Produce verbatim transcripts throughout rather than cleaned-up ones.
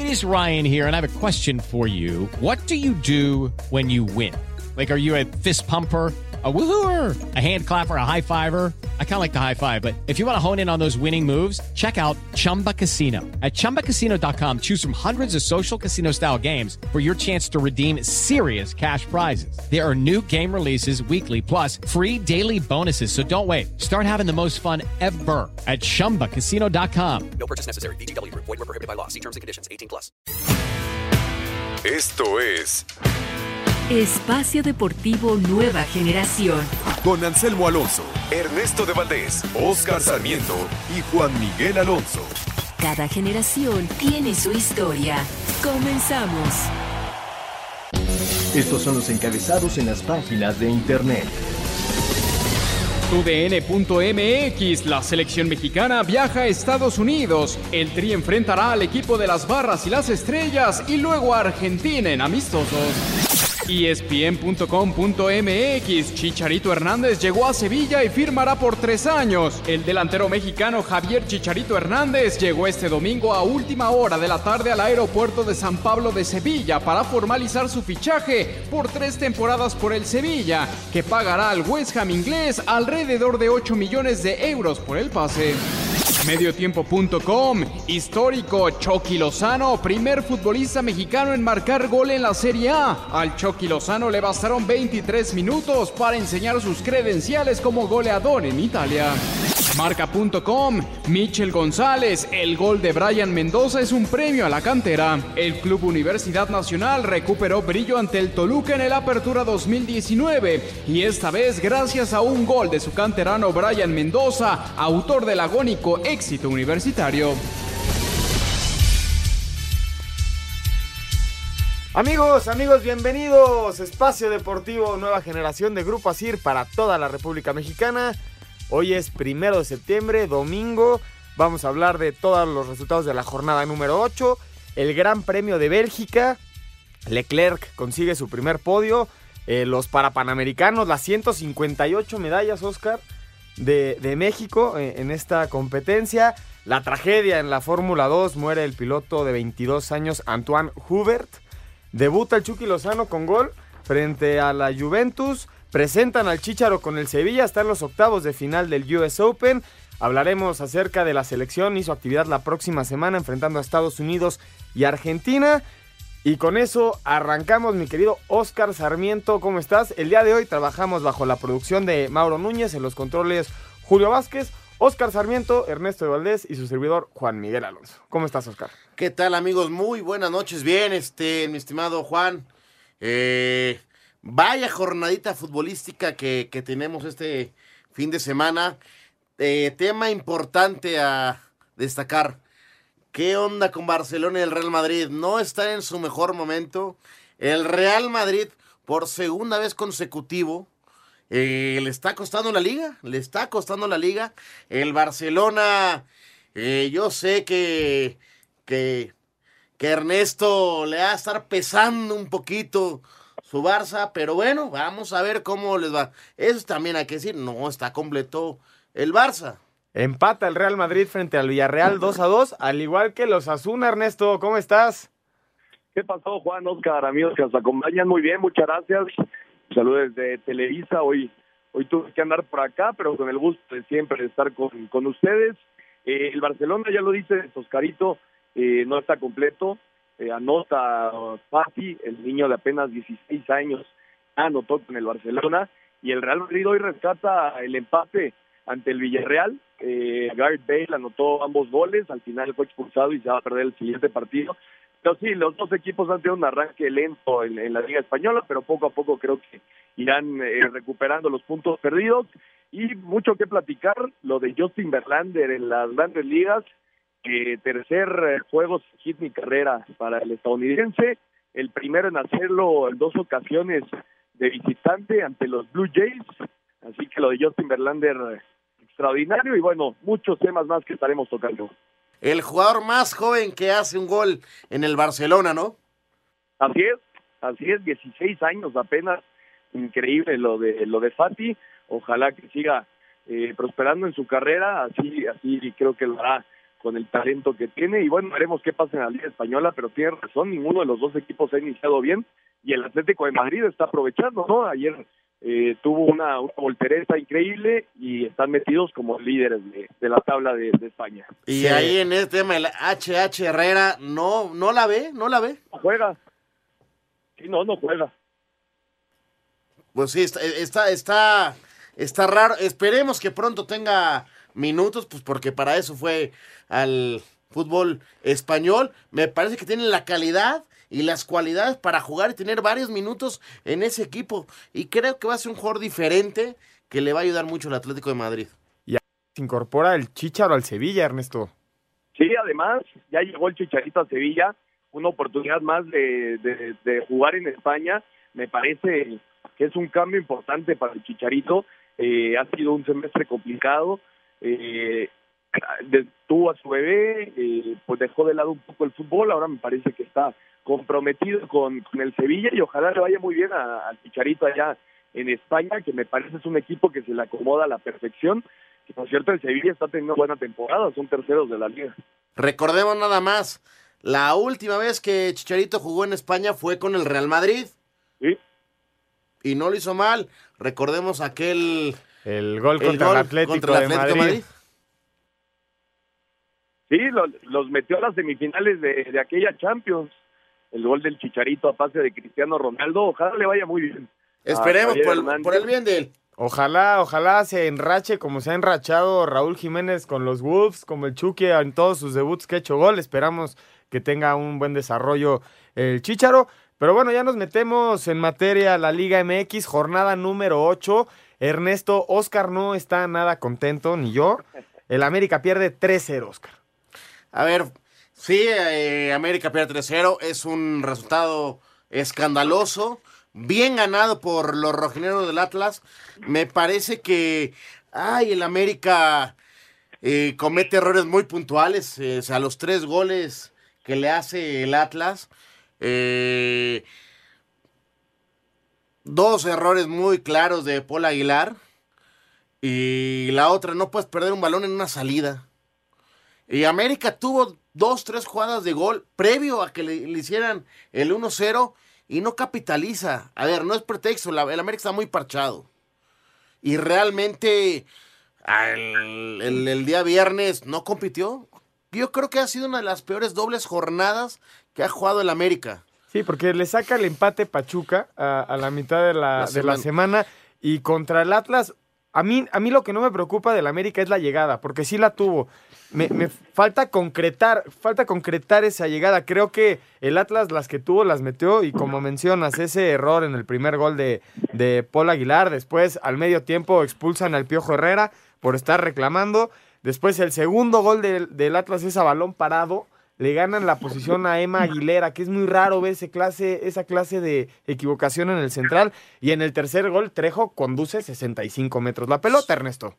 is Ryan here, and I have a question for you. What do you do when you win? Like, are you a fist pumper, a woohooer, a hand clapper, a high fiver? I kind of like the high five, but if you want to hone in on those winning moves, check out Chumba Casino. At chumba casino dot com, choose from hundreds of social casino style games for your chance to redeem serious cash prizes. There are new game releases weekly, plus free daily bonuses. So don't wait. Start having the most fun ever at chumba casino dot com. No purchase necessary. V G W Group. Void where prohibited by law. See terms and conditions. eighteen plus. Esto es Espacio Deportivo Nueva Generación. con Anselmo Alonso, Ernesto de Valdés, Oscar Sarmiento y Juan Miguel Alonso. Cada generación tiene su historia. Comenzamos. Estos son los encabezados en las páginas de internet. U D N punto M X, la selección mexicana viaja a Estados Unidos. El Tri enfrentará al equipo de las Barras y las Estrellas y luego a Argentina en amistosos. E S P N punto com punto M X, Chicharito Hernández llegó a Sevilla y firmará por tres años. El delantero mexicano Javier Chicharito Hernández llegó este domingo a última hora de la tarde al aeropuerto de San Pablo de Sevilla para formalizar su fichaje por tres temporadas por el Sevilla, que pagará al West Ham inglés alrededor de ocho millones de euros por el pase. Mediotiempo punto com, histórico, Chucky Lozano, primer futbolista mexicano en marcar gol en la Serie A. Al Chucky Lozano le bastaron veintitrés minutos para enseñar sus credenciales como goleador en Italia. Marca punto com, Michel González, el gol de Brian Mendoza es un premio a la cantera. El Club Universidad Nacional recuperó brillo ante el Toluca en el Apertura dos mil diecinueve y esta vez gracias a un gol de su canterano Brian Mendoza, autor del agónico éxito universitario. Amigos, amigos, bienvenidos. Espacio Deportivo Nueva Generación de Grupo ASIR para toda la República Mexicana. Hoy es primero de septiembre, domingo. Vamos a hablar de todos los resultados de la jornada número ocho. El Gran Premio de Bélgica. Leclerc consigue su primer podio. Eh, los parapanamericanos, las ciento cincuenta y ocho medallas, Oscar, de, de México eh, en esta competencia. La tragedia en la Fórmula dos, muere el piloto de veintidós años, Antoine Hubert. Debuta el Chucky Lozano con gol frente a la Juventus. Presentan al Chícharo con el Sevilla, está en los octavos de final del U S Open. Hablaremos acerca de la selección, hizo actividad la próxima semana enfrentando a Estados Unidos y Argentina. Y con eso arrancamos, mi querido Oscar Sarmiento, ¿cómo estás? El día de hoy trabajamos bajo la producción de Mauro Núñez, en los controles Julio Vázquez, Oscar Sarmiento, Ernesto de Valdés y su servidor Juan Miguel Alonso. ¿Cómo estás, Oscar? ¿Qué tal, amigos? Muy buenas noches. Bien, este, mi estimado Juan. Eh... Vaya jornadita futbolística que, que tenemos este fin de semana. Eh, tema importante a destacar. ¿Qué onda con Barcelona y el Real Madrid? No están en su mejor momento. El Real Madrid, por segunda vez consecutivo, eh, le está costando la liga. Le está costando la liga. El Barcelona, eh, yo sé que, que, que Ernesto le va a estar pesando un poquito su Barça, pero bueno, vamos a ver cómo les va. Eso también hay que decir, no está completo el Barça. Empata el Real Madrid frente al Villarreal dos a dos, al igual que los Asuna. Ernesto, ¿cómo estás? ¿Qué pasó, Juan, Oscar, amigos que nos acompañan? Muy bien, muchas gracias. Saludos desde Televisa. Hoy, hoy tuve que andar por acá, pero con el gusto de siempre de estar con, con ustedes. Eh, el Barcelona, ya lo dice Oscarito, eh, no está completo. Eh, anota Fati, el niño de apenas dieciséis años, anotó con el Barcelona, y el Real Madrid hoy rescata el empate ante el Villarreal. eh, Gareth Bale anotó ambos goles, al final fue expulsado y se va a perder el siguiente partido. Pero sí, los dos equipos han tenido un arranque lento en, en la Liga Española, pero poco a poco creo que irán eh, recuperando los puntos perdidos, y mucho que platicar, lo de Justin Verlander en las grandes ligas. Eh, tercer eh, juego sin hit ni carrera para el estadounidense, el primero en hacerlo en dos ocasiones de visitante ante los Blue Jays, así que lo de Justin Verlander eh, extraordinario, y bueno, muchos temas más que estaremos tocando. El jugador más joven que hace un gol en el Barcelona, ¿no? Así es, así es, dieciséis años apenas, increíble lo de lo de Fati, ojalá que siga eh, prosperando en su carrera, así así creo que lo hará con el talento que tiene, y bueno, veremos qué pasa en la Liga Española, pero tiene razón, ninguno de los dos equipos ha iniciado bien, y el Atlético de Madrid está aprovechando, ¿no? Ayer eh, tuvo una, una voltereta increíble y están metidos como líderes de, de la tabla de, de España. Y Sí. ahí en este tema, el H H Herrera, no, no la ve, no la ve. ¿No juega? Sí, no, no juega. Pues sí, está, está, está, está raro. Esperemos que pronto tenga minutos, pues porque para eso fue al fútbol español. Me parece que tiene la calidad y las cualidades para jugar y tener varios minutos en ese equipo. Y creo que va a ser un jugador diferente que le va a ayudar mucho al Atlético de Madrid. Se incorpora el Chícharo al Sevilla, Ernesto. Sí, además, ya llegó el Chicharito a Sevilla, una oportunidad más de, de, de jugar en España. Me parece que es un cambio importante para el Chicharito. Eh, ha sido un semestre complicado. Eh, de, tuvo a su bebé, eh, pues dejó de lado un poco el fútbol. Ahora me parece que está comprometido con, con el Sevilla y ojalá le vaya muy bien a- al Chicharito allá en España, que me parece es un equipo que se le acomoda a la perfección. Que por cierto, el Sevilla está teniendo buena temporada, son terceros de la liga. Recordemos nada más, la última vez que Chicharito jugó en España fue con el Real Madrid. Sí. Y no lo hizo mal. Recordemos aquel... El gol el contra gol el Atlético, contra el de Atlético Madrid. Sí, los, los metió a las semifinales de, de aquella Champions. El gol del Chicharito a pase de Cristiano Ronaldo. Ojalá le vaya muy bien. Esperemos Javier por el, Hernández. por el bien de él. Ojalá, ojalá se enrache como se ha enrachado Raúl Jiménez con los Wolves, como el Chucky en todos sus debuts que ha hecho gol. Esperamos que tenga un buen desarrollo el Chícharo. Pero bueno, ya nos metemos en materia la Liga M X, jornada número ocho. Ernesto, Oscar no está nada contento, ni yo. El América pierde tres cero, Oscar. A ver, sí, eh, América pierde tres cero. Es un resultado escandaloso. Bien ganado por los rojineros del Atlas. Me parece que, ay, el América eh, comete errores muy puntuales. Eh, o sea, los tres goles que le hace el Atlas. Eh, dos errores muy claros de Paul Aguilar. Y la otra, no puedes perder un balón en una salida. Y América tuvo dos, tres jugadas de gol previo a que le, le hicieran el uno cero. Y no capitaliza. A ver, no es pretexto, la, el América está muy parchado. Y realmente el, el, el día viernes no compitió. Yo creo que ha sido una de las peores dobles jornadas que ha jugado el América. Sí, porque le saca el empate Pachuca a, a la mitad de la, La de la semana. Y contra el Atlas, a mí, a mí lo que no me preocupa del América es la llegada, porque sí la tuvo. Me, me falta concretar, falta concretar esa llegada. Creo que el Atlas las que tuvo las metió y como mencionas, ese error en el primer gol de, de Paul Aguilar, después al medio tiempo expulsan al Piojo Herrera por estar reclamando, después el segundo gol del, del Atlas es a balón parado, le ganan la posición a Emma Aguilera, que es muy raro ver ese clase, esa clase de equivocación en el central, y en el tercer gol Trejo conduce sesenta y cinco metros. La pelota, Ernesto.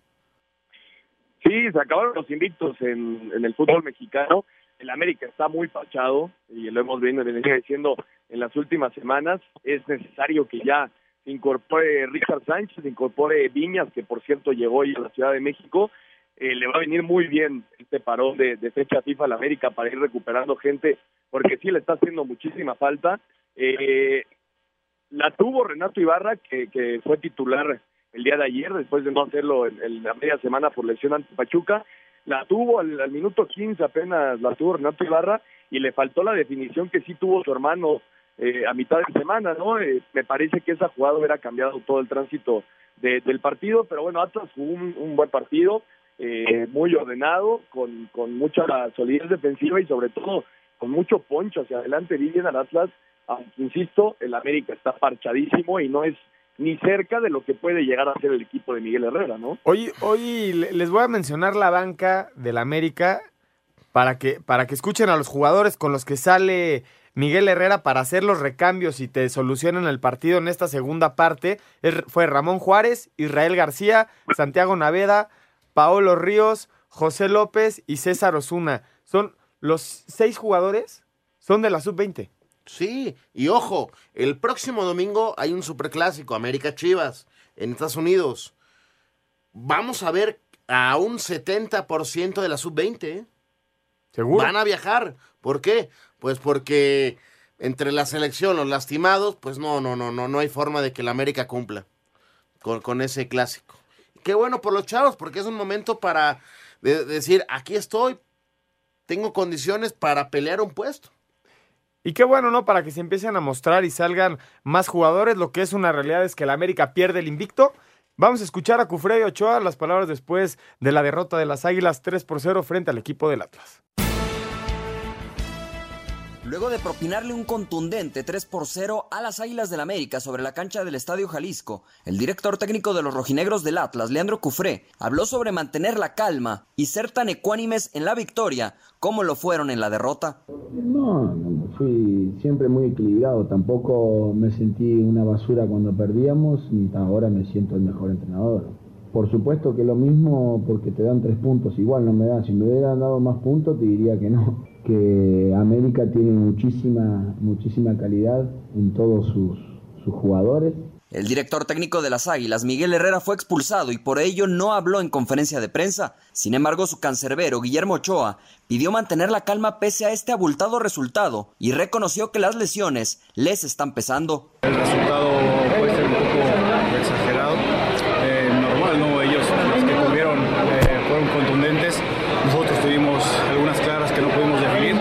Sí, se acabaron los invictos en, en el fútbol mexicano. El América está muy parchado y lo hemos venido diciendo en las últimas semanas. Es necesario que ya se incorpore Richard Sánchez, se incorpore Viñas, que por cierto llegó hoy a la Ciudad de México. Eh, le va a venir muy bien este parón de, de fecha FIFA al América para ir recuperando gente, porque sí le está haciendo muchísima falta. Eh, la tuvo Renato Ibarra, que, que fue titular el día de ayer, después de no hacerlo en, en la media semana por lesión ante Pachuca. La tuvo al, al minuto quince apenas, la tuvo Renato Ibarra, y le faltó la definición que sí tuvo su hermano eh, a mitad de semana, ¿no? Eh, me parece que esa jugada hubiera cambiado todo el tránsito de, del partido, pero bueno, Atlas jugó un, un buen partido, eh, muy ordenado, con, con mucha solidez defensiva y sobre todo con mucho poncho hacia adelante. Vi bien al Atlas, aunque insisto, el América está parchadísimo y no es ni cerca de lo que puede llegar a ser el equipo de Miguel Herrera, ¿no? Hoy, hoy les voy a mencionar la banca del América para que, para que escuchen a los jugadores con los que sale Miguel Herrera para hacer los recambios y te solucionen el partido en esta segunda parte. Es, fue Ramón Juárez, Israel García, Santiago Naveda, Paolo Ríos, José López y César Osuna. Son los seis jugadores, son de la sub veinte. Sí, y ojo, el próximo domingo hay un superclásico, América Chivas, en Estados Unidos. Vamos a ver a un setenta por ciento de la sub veinte, ¿eh? ¿Seguro? Van a viajar. ¿Por qué? Pues porque entre la selección, los lastimados, pues no, no, no, no, no hay forma de que la América cumpla con, con ese clásico. Qué bueno por los chavos, porque es un momento para de, de decir, aquí estoy, tengo condiciones para pelear un puesto. Y qué bueno, ¿no? Para que se empiecen a mostrar y salgan más jugadores. Lo que es una realidad es que la América pierde el invicto. Vamos a escuchar a Cufré y Ochoa las palabras después de la derrota de las Águilas tres por cero frente al equipo del Atlas. Luego de propinarle un contundente tres por cero a las Águilas del América sobre la cancha del Estadio Jalisco, el director técnico de los rojinegros del Atlas, Leandro Cufré, habló sobre mantener la calma y ser tan ecuánimes en la victoria como lo fueron en la derrota. No, no, fui siempre muy equilibrado, tampoco me sentí una basura cuando perdíamos, ni ahora me siento el mejor entrenador. Por supuesto que lo mismo porque te dan tres puntos, igual no me dan, si me hubieran dado más puntos te diría que no, que América tiene muchísima, muchísima calidad en todos sus, sus jugadores. El director técnico de las Águilas, Miguel Herrera, fue expulsado y por ello no habló en conferencia de prensa. Sin embargo, su cancerbero, Guillermo Ochoa, pidió mantener la calma pese a este abultado resultado y reconoció que las lesiones les están pesando. El resultado puede ser un poco exagerado. Eh, normal, ¿no? Ellos, los que tuvieron, eh, fueron contundentes. Nosotros tuvimos algunas claras que no pudimos definir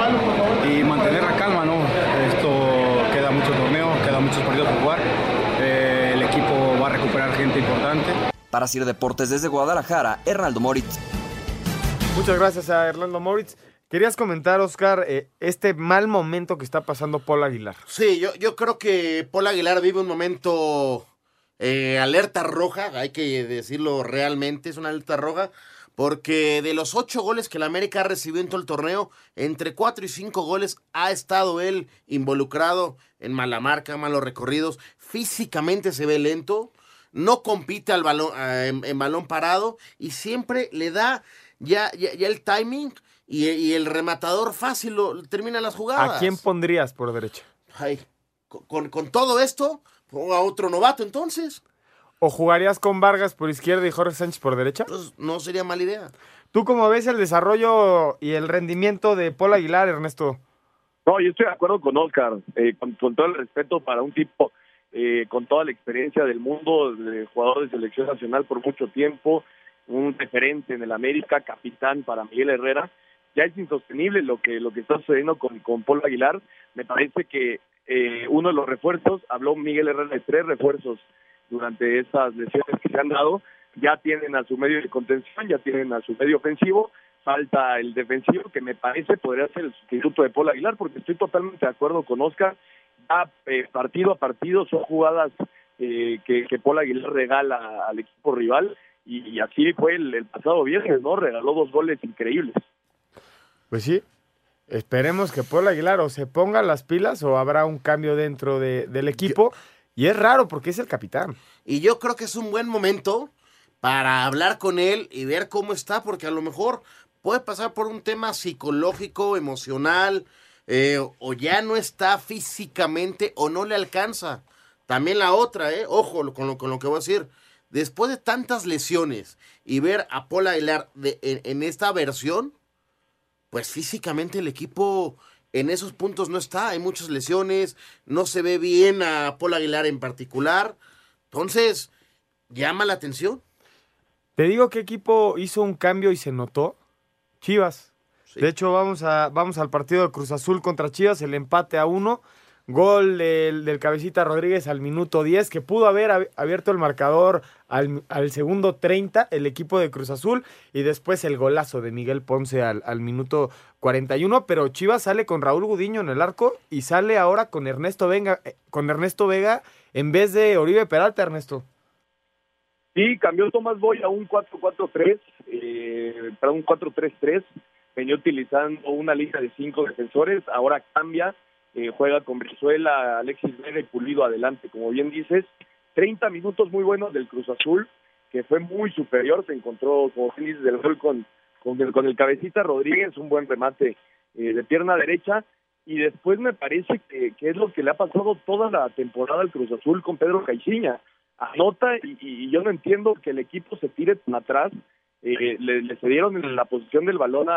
y mantener la calma, ¿no? Esto queda mucho torneo, queda muchos partidos por jugar. Eh, el equipo va a recuperar gente importante. Para Sir Deportes desde Guadalajara, Hernaldo Moritz. Muchas gracias a Hernaldo Moritz. Querías comentar, Oscar, eh, este mal momento que está pasando Paul Aguilar. Sí, yo, yo creo que Paul Aguilar vive un momento eh, alerta roja, hay que decirlo realmente, es una alerta roja, porque de los ocho goles que el América ha recibido en todo el torneo, entre cuatro y cinco goles ha estado él involucrado en mala marca, malos recorridos, físicamente se ve lento, no compite al balón, en, en balón parado y siempre le da ya, ya, ya el timing y, y el rematador fácil lo, termina las jugadas. ¿A quién pondrías por derecha? Ay, con, con, con todo esto, pongo a otro novato entonces. ¿O jugarías con Vargas por izquierda y Jorge Sánchez por derecha? Pues no sería mala idea. ¿Tú cómo ves el desarrollo y el rendimiento de Paul Aguilar, Ernesto? No, yo estoy de acuerdo con Oscar, eh, con, con todo el respeto para un tipo eh, con toda la experiencia del mundo, de jugador de selección nacional por mucho tiempo, un referente en el América, capitán para Miguel Herrera. Ya es insostenible lo que lo que está sucediendo con, con Paul Aguilar. Me parece que eh, uno de los refuerzos, habló Miguel Herrera de tres refuerzos durante esas lesiones que se han dado, ya tienen a su medio de contención, ya tienen a su medio ofensivo, falta el defensivo, que me parece podría ser el sustituto de Paul Aguilar, porque estoy totalmente de acuerdo con Oscar, ya eh, partido a partido son jugadas eh, que, que Paul Aguilar regala al equipo rival, y, y así fue el, el pasado viernes, ¿no? Regaló dos goles increíbles. Pues sí, esperemos que Paul Aguilar o se ponga las pilas o habrá un cambio dentro de, del equipo. Yo... Y es raro porque es el capitán. Y yo creo que es un buen momento para hablar con él y ver cómo está, porque a lo mejor puede pasar por un tema psicológico, emocional, eh, o ya no está físicamente o no le alcanza. También la otra, eh, ojo con lo, con lo que voy a decir. Después de tantas lesiones y ver a Paul Aguilar de, en, en esta versión, pues físicamente el equipo en esos puntos no está, hay muchas lesiones, no se ve bien a Paul Aguilar en particular, entonces llama la atención. Te digo qué equipo hizo un cambio y se notó, Chivas. Sí. De hecho vamos a vamos al partido de Cruz Azul contra Chivas, el empate a uno, gol del, del Cabecita Rodríguez al minuto diez, que pudo haber abierto el marcador al, al segundo treinta, el equipo de Cruz Azul, y después el golazo de Miguel Ponce al, al minuto cuarenta y uno, pero Chivas sale con Raúl Gudiño en el arco y sale ahora con Ernesto Vega, con Ernesto Vega en vez de Oribe Peralta, Ernesto. Sí, cambió Tomás Boy a un cuatro cuatro tres, eh, para un cuatro tres tres, venía utilizando una línea de cinco defensores, ahora cambia. Eh, juega con Brizuela, Alexis Vega y Pulido adelante, como bien dices, treinta minutos muy buenos del Cruz Azul, que fue muy superior, se encontró, como bien dices, del gol con, con, el, con el Cabecita Rodríguez, un buen remate eh, de pierna derecha, y después me parece que, que es lo que le ha pasado toda la temporada al Cruz Azul con Pedro Caixinha, anota, y, y yo no entiendo que el equipo se tire tan atrás, eh, le, le cedieron en la posición del balón a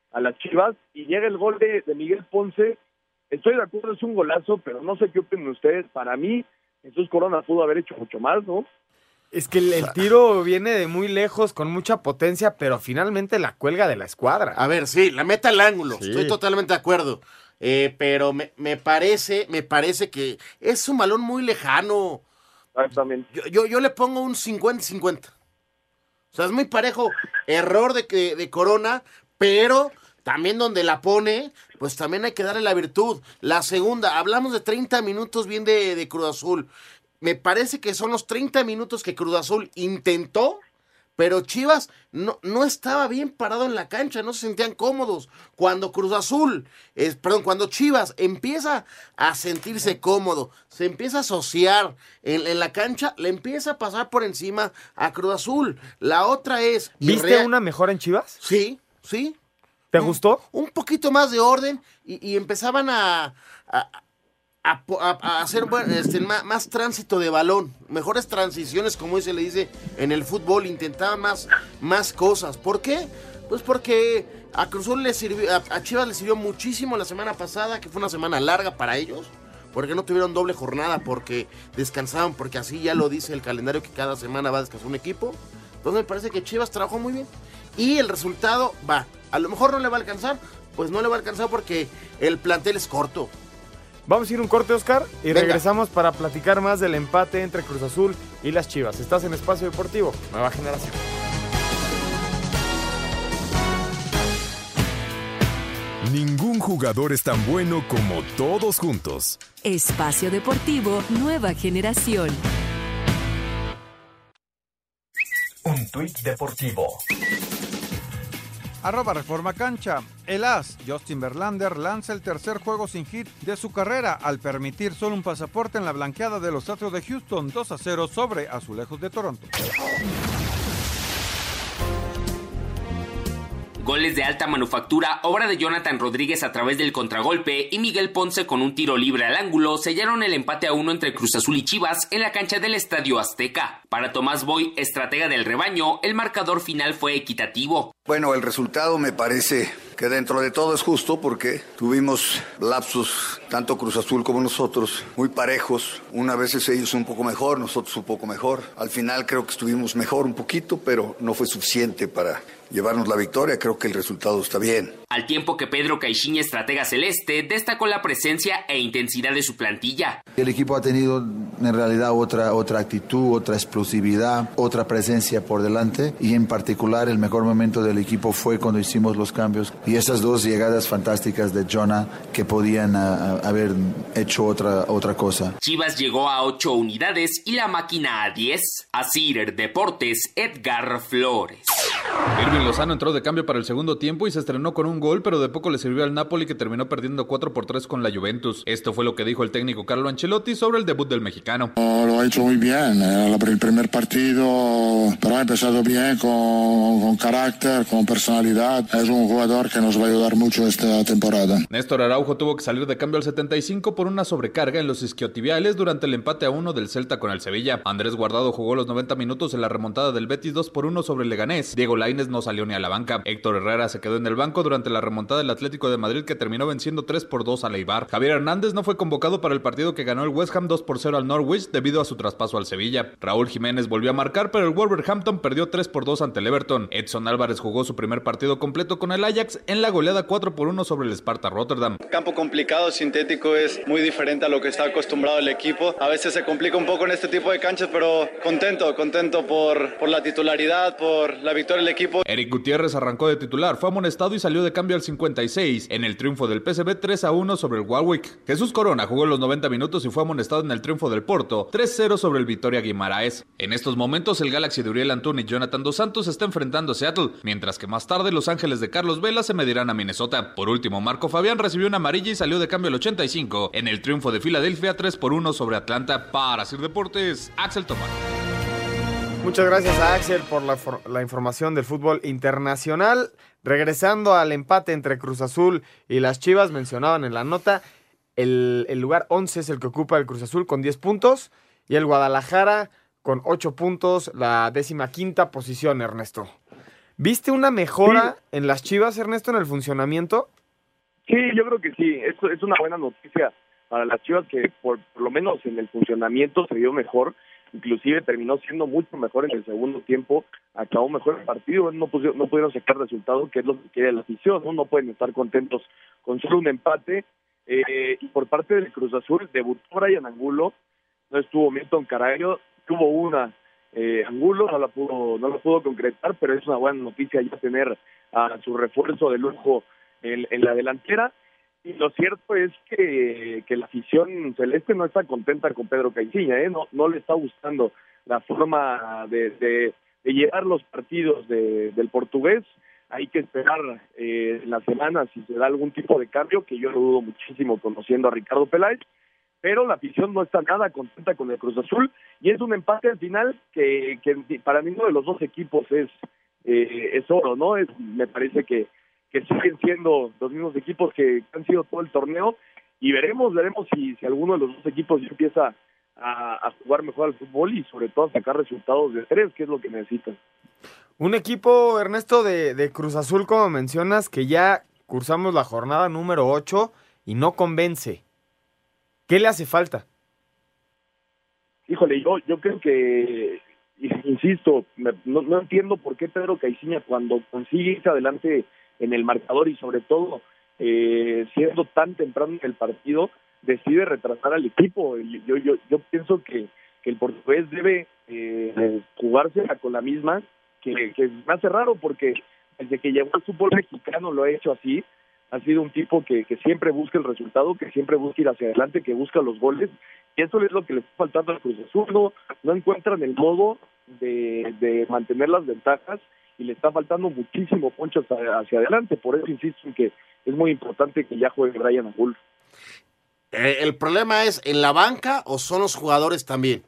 a las Chivas, y llega el gol de, de Miguel Ponce. Estoy de acuerdo, es un golazo, pero no sé qué opinan ustedes. Para mí, Jesús Corona pudo haber hecho mucho más, ¿no? Es que el, el tiro viene de muy lejos, con mucha potencia, pero finalmente la cuelga de la escuadra. A ver, sí, la meta al ángulo, Sí. estoy totalmente de acuerdo. Eh, pero me, me parece, me parece que es un balón muy lejano. Exactamente. Yo, yo, yo le pongo un cincuenta cincuenta. O sea, es muy parejo. Error de, que, de Corona, pero también donde la pone, pues también hay que darle la virtud. La segunda, hablamos de treinta minutos bien de, de Cruz Azul. Me parece que son los treinta minutos que Cruz Azul intentó, pero Chivas no, no estaba bien parado en la cancha, no se sentían cómodos. Cuando Cruz Azul, es, perdón, cuando Chivas empieza a sentirse cómodo, se empieza a asociar en, en la cancha, le empieza a pasar por encima a Cruz Azul. La otra es... ¿Viste Irrea- una mejora en Chivas? Sí, sí. ¿Te gustó? Un poquito más de orden y, y empezaban a... a A, a- a hacer bueno, este, más, más tránsito de balón, mejores transiciones, como se le dice en el fútbol, intentaban más, más cosas. ¿Por qué? Pues porque a Cruz Azul le sirvió, a, a Chivas le sirvió muchísimo la semana pasada, que fue una semana larga para ellos, porque no tuvieron doble jornada, porque descansaban, porque así ya lo dice el calendario que cada semana va a descansar un equipo. Entonces me parece que Chivas trabajó muy bien y el resultado va, a lo mejor no le va a alcanzar, pues no le va a alcanzar porque el plantel es corto. Vamos a ir un corte, Oscar, y Venga. regresamos para platicar más del empate entre Cruz Azul y las Chivas. Estás en Espacio Deportivo, Nueva Generación. Ningún jugador es tan bueno como todos juntos. Espacio Deportivo Nueva Generación. Un tuit deportivo. Arroba Reforma Cancha. El as, Justin Verlander, lanza el tercer juego sin hit de su carrera al permitir solo un pasaporte en la blanqueada de los Astros de Houston, dos a cero sobre Azulejos de Toronto. Goles de alta manufactura, obra de Jonathan Rodríguez a través del contragolpe y Miguel Ponce con un tiro libre al ángulo sellaron el empate a uno entre Cruz Azul y Chivas en la cancha del Estadio Azteca. Para Tomás Boy, estratega del rebaño, el marcador final fue equitativo. Bueno, el resultado me parece que dentro de todo es justo porque tuvimos lapsos, tanto Cruz Azul como nosotros, muy parejos. Una vez ellos un poco mejor, nosotros un poco mejor. Al final creo que estuvimos mejor un poquito, pero no fue suficiente para llevarnos la victoria. Creo que el resultado está bien. Al tiempo que Pedro Caixinha, estratega celeste, destacó la presencia e intensidad de su plantilla. El equipo ha tenido en realidad otra, otra actitud, otra explosividad, otra presencia por delante y en particular el mejor momento del equipo fue cuando hicimos los cambios y esas dos llegadas fantásticas de Jonah que podían uh, haber hecho otra, otra cosa. Chivas llegó a ocho unidades y la máquina a diez. Asir Deportes, Edgar Flores. Irving Lozano entró de cambio para el segundo tiempo y se estrenó con un gol, pero de poco le sirvió al Napoli, que terminó perdiendo cuatro por tres con la Juventus. Esto fue lo que dijo el técnico Carlo Ancelotti sobre el debut del mexicano. Lo ha hecho muy bien, era el primer partido, pero ha empezado bien, con, con carácter, con personalidad. Es un jugador que nos va a ayudar mucho esta temporada. Néstor Araujo tuvo que salir de cambio al setenta y cinco por una sobrecarga en los isquiotibiales durante el empate a uno del Celta con el Sevilla. Andrés Guardado jugó los noventa minutos en la remontada del Betis dos por uno sobre el Leganés. Diego Lainez no salió ni a la banca. Héctor Herrera se quedó en el banco durante la remontada del Atlético de Madrid, que terminó venciendo tres por dos al Eibar. Javier Hernández no fue convocado para el partido que ganó el West Ham dos por cero al Norwich debido a su traspaso al Sevilla. Raúl Jiménez volvió a marcar, pero el Wolverhampton perdió tres por dos ante el Everton. Edson Álvarez jugó su primer partido completo con el Ajax en la goleada cuatro por uno sobre el Sparta Rotterdam. Campo complicado, sintético, es muy diferente a lo que está acostumbrado el equipo. A veces se complica un poco en este tipo de canchas, pero contento, contento por, por la titularidad, por la victoria del equipo. Eric Gutiérrez arrancó de titular, fue amonestado y salió de cambio al cincuenta y seis en el triunfo del P S V tres a uno sobre el Warwick. Jesús Corona jugó los noventa minutos y fue amonestado en el triunfo del Porto tres cero sobre el Vitória Guimaraes. En estos momentos el Galaxy de Uriel Antuna y Jonathan Dos Santos está enfrentando a Seattle, mientras que más tarde Los Ángeles de Carlos Vela se medirán a Minnesota. Por último, Marco Fabián recibió una amarilla y salió de cambio al ochenta y cinco en el triunfo de Filadelfia tres por uno sobre Atlanta. Para Sir Deportes, Axel Tomás. Muchas gracias a Axel por la, la información del fútbol internacional. Regresando al empate entre Cruz Azul y las Chivas, mencionaban en la nota, el, el lugar once es el que ocupa el Cruz Azul con diez puntos y el Guadalajara con ocho puntos, la décima quinta posición, Ernesto. ¿Viste una mejora sí. en las Chivas, Ernesto, en el funcionamiento? Sí, yo creo que sí. Esto es una buena noticia para las Chivas, que por, por lo menos en el funcionamiento se vio mejor. Inclusive terminó siendo mucho mejor en el segundo tiempo, acabó mejor el partido, no, pudieron, no pudieron sacar resultados, que es lo que quiere la afición, no, no pueden estar contentos con solo un empate. Eh, y por parte del Cruz Azul, debutó Brian Angulo, no estuvo Milton Caraglio, tuvo una eh, Angulo, no la pudo no la pudo concretar, pero es una buena noticia ya tener a su refuerzo de lujo en, en la delantera. Y lo cierto es que, que la afición celeste no está contenta con Pedro Caixinha, ¿eh? no, no le está gustando la forma de, de, de llevar los partidos de, del portugués. Hay que esperar eh, en la semana si se da algún tipo de cambio, que yo lo dudo muchísimo conociendo a Ricardo Peláez, pero la afición no está nada contenta con el Cruz Azul, y es un empate al final que, que para ninguno de los dos equipos es, eh, es oro, ¿no? Es, me parece que que siguen siendo los mismos equipos que han sido todo el torneo, y veremos, veremos si, si alguno de los dos equipos ya empieza a, a jugar mejor al fútbol y sobre todo a sacar resultados de tres, que es lo que necesitan. Un equipo, Ernesto, de, de Cruz Azul, como mencionas, que ya cursamos la jornada número ocho y no convence. ¿Qué le hace falta? Híjole, yo, yo creo que, insisto, me, no, no entiendo por qué Pedro Caixinha, cuando consigue irse adelante en el marcador y sobre todo eh, siendo tan temprano en el partido, decide retrasar al equipo. Yo yo yo pienso que, que el portugués debe eh, jugársela con la misma, que, que me hace raro porque desde que llegó al fútbol mexicano lo ha hecho así. Ha sido un tipo que, que siempre busca el resultado, que siempre busca ir hacia adelante, que busca los goles, y eso es lo que le está faltando al Cruz Azul. No, no encuentran el modo de, de mantener las ventajas, y le está faltando muchísimo poncho hacia, hacia adelante. Por eso insisto en que es muy importante que ya juegue Brian Angulo. Eh, ¿El problema es en la banca o son los jugadores también?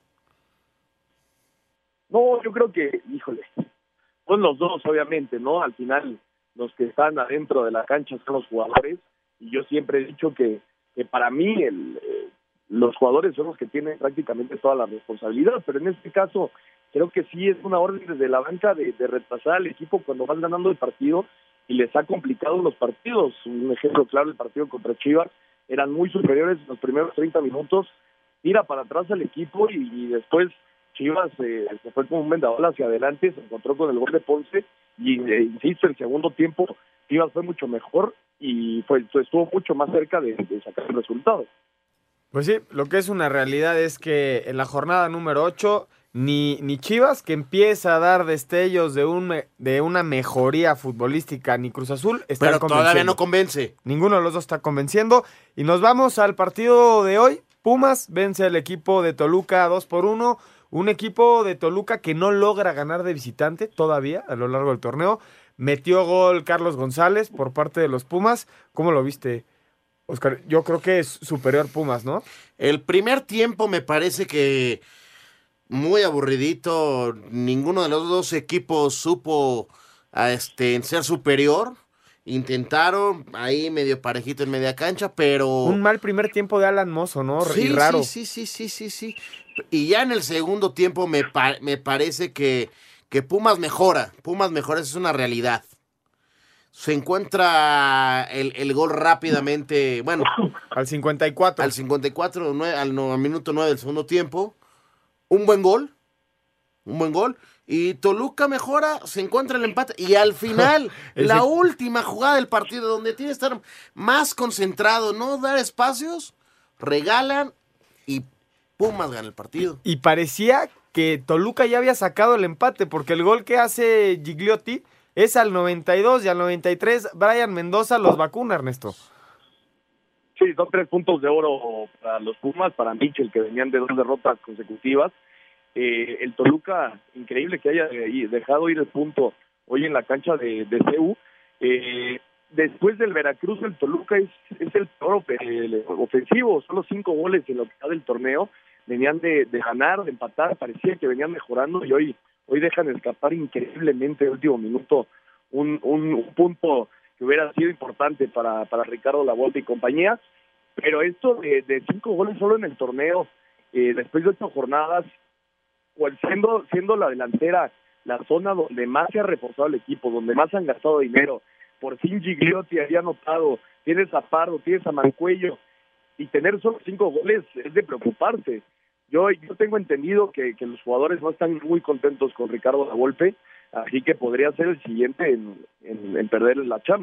No, yo creo que, híjole, son los dos, obviamente, ¿no? Al final, los que están adentro de la cancha son los jugadores, y yo siempre he dicho que, que para mí el, eh, los jugadores son los que tienen prácticamente toda la responsabilidad, pero en este caso creo que sí es una orden desde la banca de, de retrasar al equipo cuando van ganando el partido, y les ha complicado los partidos. Un ejemplo claro, el partido contra Chivas, eran muy superiores en los primeros treinta minutos, tira para atrás al equipo, y, y después Chivas eh, se fue como un vendaval hacia adelante, se encontró con el gol de Ponce, y eh, insisto, el segundo tiempo Chivas fue mucho mejor y fue, estuvo mucho más cerca de, de sacar el resultado. Pues sí, lo que es una realidad es que en la jornada número ocho Ni, ni Chivas, que empieza a dar destellos de un de una mejoría futbolística, ni Cruz Azul están Pero convenciendo. todavía no convence. Ninguno de los dos está convenciendo. Y nos vamos al partido de hoy. Pumas vence al equipo de Toluca dos por uno. Un equipo de Toluca que no logra ganar de visitante todavía a lo largo del torneo. Metió gol Carlos González por parte de los Pumas. ¿Cómo lo viste, Oscar? Yo creo que es superior Pumas, ¿no? El primer tiempo me parece que muy aburridito, ninguno de los dos equipos supo a este, ser superior, intentaron ahí medio parejito en media cancha, pero... Un mal primer tiempo de Alan Mozo, ¿no? Sí, y raro. Sí, sí, sí, sí, sí, sí. Y ya en el segundo tiempo me, pa- me parece que, que Pumas mejora, Pumas mejora, eso es una realidad. Se encuentra el, el gol rápidamente, bueno... Al cincuenta y cuatro. Al cincuenta y cuatro, nueve, al, no, al minuto nueve del segundo tiempo. Un buen gol, un buen gol, y Toluca mejora, se encuentra el empate, y al final, la última jugada del partido, donde tiene que estar más concentrado, no dar espacios, regalan, y Pumas gana el partido. Y parecía que Toluca ya había sacado el empate, porque el gol que hace Gigliotti es al noventa y dos, y al noventa y tres Brian Mendoza los vacuna, Ernesto. Sí, son tres puntos de oro para los Pumas, para Michel, que venían de dos derrotas consecutivas. Eh, el Toluca, increíble que haya dejado ir el punto hoy en la cancha de, de C U. Eh, después del Veracruz, el Toluca es, es el peor el ofensivo, solo cinco goles en lo que está del torneo. Venían de, de ganar, de empatar, parecía que venían mejorando, y hoy hoy dejan escapar increíblemente el último minuto un, un, un punto que hubiera sido importante para, para Ricardo Lavolpe y compañía, pero esto de, de cinco goles solo en el torneo, eh, después de ocho jornadas, pues siendo, siendo la delantera la zona donde más se ha reforzado el equipo, donde más han gastado dinero. Por fin Gigliotti había anotado, tienes a Pardo, tienes a Mancuello, y tener solo cinco goles es de preocuparse. Yo, yo tengo entendido que, que los jugadores no están muy contentos con Ricardo Lavolpe, así que podría ser el siguiente en, en, en perder la chamba.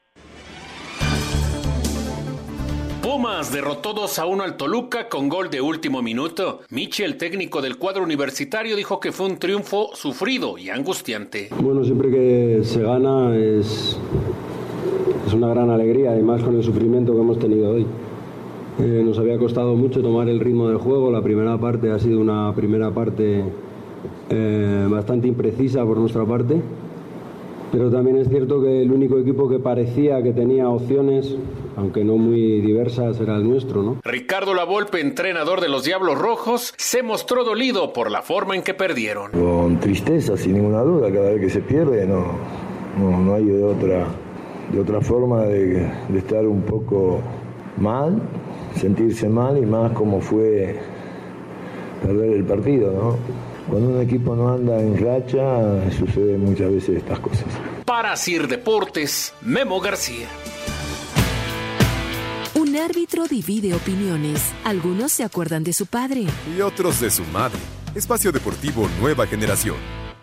Pumas derrotó dos a uno al Toluca con gol de último minuto. Michi, el técnico del cuadro universitario, dijo que fue un triunfo sufrido y angustiante. Bueno, siempre que se gana es, es una gran alegría, además con el sufrimiento que hemos tenido hoy. Eh, nos había costado mucho tomar el ritmo del juego. La primera parte ha sido una primera parte eh, bastante imprecisa por nuestra parte, pero también es cierto que el único equipo que parecía que tenía opciones, aunque no muy diversas, era el nuestro, ¿no? Ricardo Lavolpe, entrenador de los Diablos Rojos, se mostró dolido por la forma en que perdieron. Con tristeza, sin ninguna duda, cada vez que se pierde no, no, no hay de otra, de otra forma de, de estar un poco mal, sentirse mal, y más como fue perder el partido, ¿no? Cuando un equipo no anda en racha, suceden muchas veces estas cosas. Para Sir Deportes, Memo García. Un árbitro divide opiniones. Algunos se acuerdan de su padre y otros de su madre. Espacio Deportivo Nueva Generación.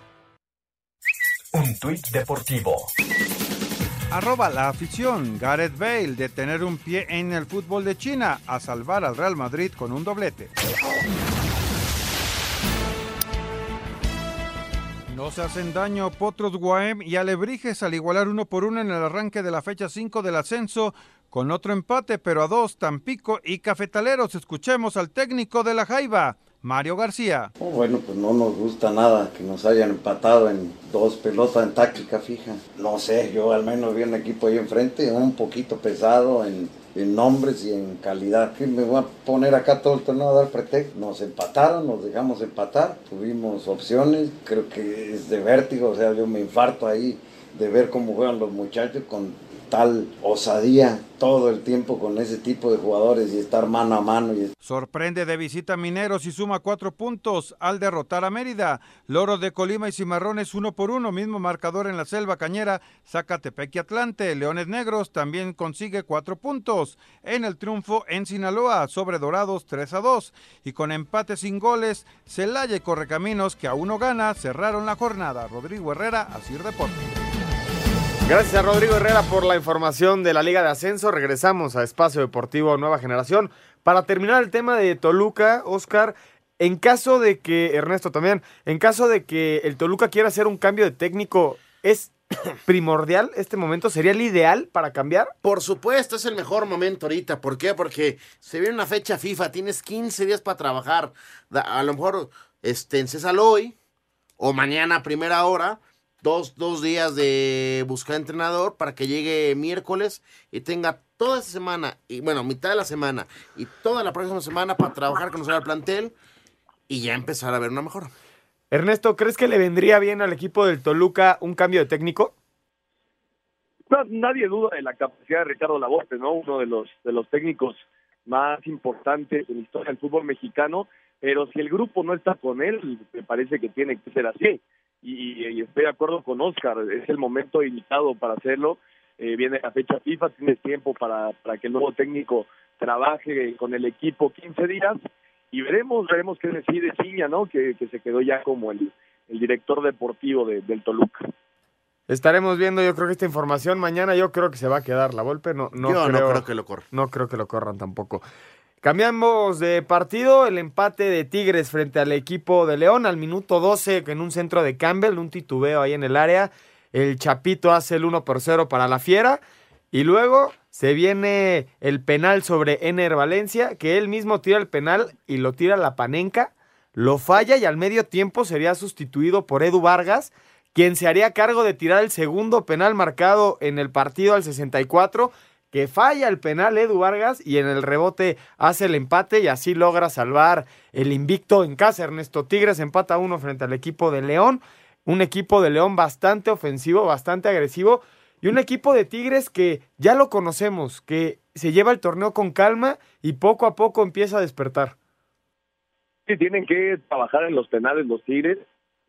Un tuit deportivo. Arroba la afición. Gareth Bale de tener un pie en el fútbol de China a salvar al Real Madrid con un doblete. No se hacen daño Potros Guaem y Alebrijes al igualar uno por uno en el arranque de la fecha cinco del ascenso, con otro empate, pero a dos, Tampico y Cafetaleros. Escuchemos al técnico de la Jaiba, Mario García. Oh, bueno, pues no nos gusta nada que nos hayan empatado en dos pelotas en táctica fija. No sé, yo al menos vi un equipo ahí enfrente, un poquito pesado en, en nombres y en calidad. ¿Qué me voy a poner acá todo el torneo a dar pretexto? Nos empataron, nos dejamos empatar, tuvimos opciones, creo que es de vértigo, o sea, yo me infarto ahí de ver cómo juegan los muchachos con tal osadía todo el tiempo con ese tipo de jugadores y estar mano a mano. Y... Sorprende de visita Mineros y suma cuatro puntos al derrotar a Mérida. Loros de Colima y Cimarrones uno por uno, mismo marcador en la Selva Cañera, Zacatepec y Atlante. Leones Negros también consigue cuatro puntos en el triunfo en Sinaloa sobre Dorados tres a dos. Y con empate sin goles, Celaya y Correcaminos, que aún no gana, cerraron la jornada. Rodrigo Herrera, Asir Deportes. Gracias a Rodrigo Herrera por la información de la Liga de Ascenso. Regresamos a Espacio Deportivo Nueva Generación. Para terminar el tema de Toluca, Oscar, en caso de que, Ernesto también, en caso de que el Toluca quiera hacer un cambio de técnico, ¿es primordial este momento? ¿Sería el ideal para cambiar? Por supuesto, es el mejor momento ahorita. ¿Por qué? Porque se viene una fecha FIFA, tienes quince días para trabajar. A lo mejor este, encésalo hoy o mañana a primera hora. Dos, dos días de buscar entrenador para que llegue miércoles y tenga toda esta semana, y bueno, mitad de la semana y toda la próxima semana para trabajar, conocer al plantel y ya empezar a ver una mejora. Ernesto, ¿crees que le vendría bien al equipo del Toluca un cambio de técnico? No, nadie duda de la capacidad de Ricardo Lavolpe, ¿no? Uno de los, de los técnicos más importantes en la historia del fútbol mexicano, pero si el grupo no está con él, me parece que tiene que ser así. Y, y estoy de acuerdo con Oscar, es el momento indicado para hacerlo. Eh, viene la fecha FIFA, tienes tiempo para, para que el nuevo técnico trabaje con el equipo quince días y veremos veremos qué decide Ciña, ¿no? Que, que se quedó ya como el, el director deportivo de, del Toluca. Estaremos viendo, yo creo que esta información mañana, yo creo que se va a quedar Lavolpe, no, no, yo creo, no creo que lo corran. No creo que lo corran tampoco. Cambiamos de partido, el empate de Tigres frente al equipo de León al minuto doce en un centro de Campbell, un titubeo ahí en el área. El Chapito hace el uno por cero para la Fiera y luego se viene el penal sobre Ener Valencia, que él mismo tira el penal y lo tira la Panenka, lo falla y al medio tiempo sería sustituido por Edu Vargas, quien se haría cargo de tirar el segundo penal marcado en el partido al sesenta y cuatro, que falla el penal Edu Vargas y en el rebote hace el empate y así logra salvar el invicto en casa. Ernesto, Tigres empata uno frente al equipo de León, un equipo de León bastante ofensivo, bastante agresivo y un equipo de Tigres que ya lo conocemos, que se lleva el torneo con calma y poco a poco empieza a despertar. Sí, tienen que trabajar en los penales los Tigres.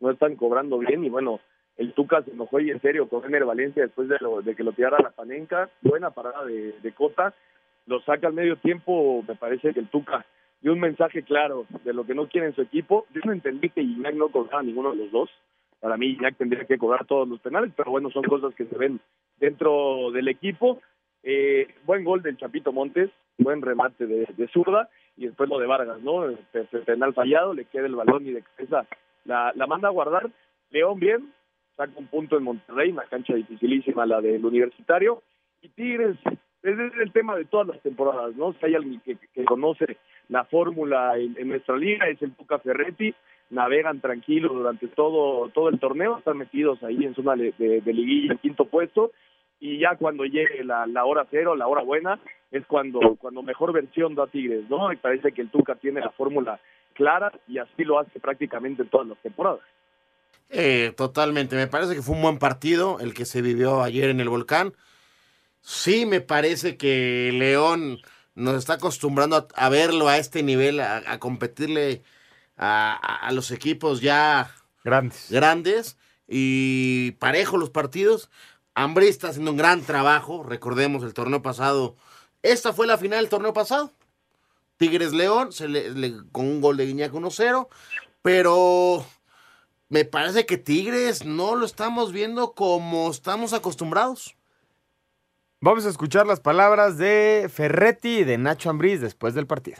no están cobrando bien y bueno, el Tuca se enojó y en serio con Ener Valencia después de, lo, de que lo tirara a la Panenka, buena parada de, de Cota, lo saca al medio tiempo, me parece que el Tuca dio un mensaje claro de lo que no quiere en su equipo. Yo no entendí que Gignac no cobrara ninguno de los dos, para mí Gignac tendría que cobrar todos los penales, pero bueno, son cosas que se ven dentro del equipo. Eh, buen gol del Chapito Montes, buen remate de, de zurda, y después lo de Vargas, ¿no? El penal fallado, le queda el balón y de cabeza la, la manda a guardar. León bien, saca un punto en Monterrey, una cancha dificilísima la del Universitario, y Tigres, ese es el tema de todas las temporadas, ¿no? Si hay alguien que, que conoce la fórmula en, en nuestra liga, es el Tuca Ferretti, navegan tranquilos durante todo todo el torneo, están metidos ahí en zona de, de, de liguilla en quinto puesto, y ya cuando llegue la, la hora cero, la hora buena, es cuando cuando mejor versión da Tigres, ¿no? Y parece que el Tuca tiene la fórmula clara y así lo hace prácticamente todas las temporadas. Eh, totalmente, me parece que fue un buen partido el que se vivió ayer en el Volcán. Sí, me parece que León nos está acostumbrando a, a verlo a este nivel, a, a competirle a, a, a los equipos ya grandes. grandes y parejo los partidos. Ambriz está haciendo un gran trabajo, recordemos el torneo pasado, esta fue la final del torneo pasado, Tigres León, se le, le, con un gol de Gignac uno cero, pero me parece que Tigres no lo estamos viendo como estamos acostumbrados. Vamos a escuchar las palabras de Ferretti y de Nacho Ambriz después del partido.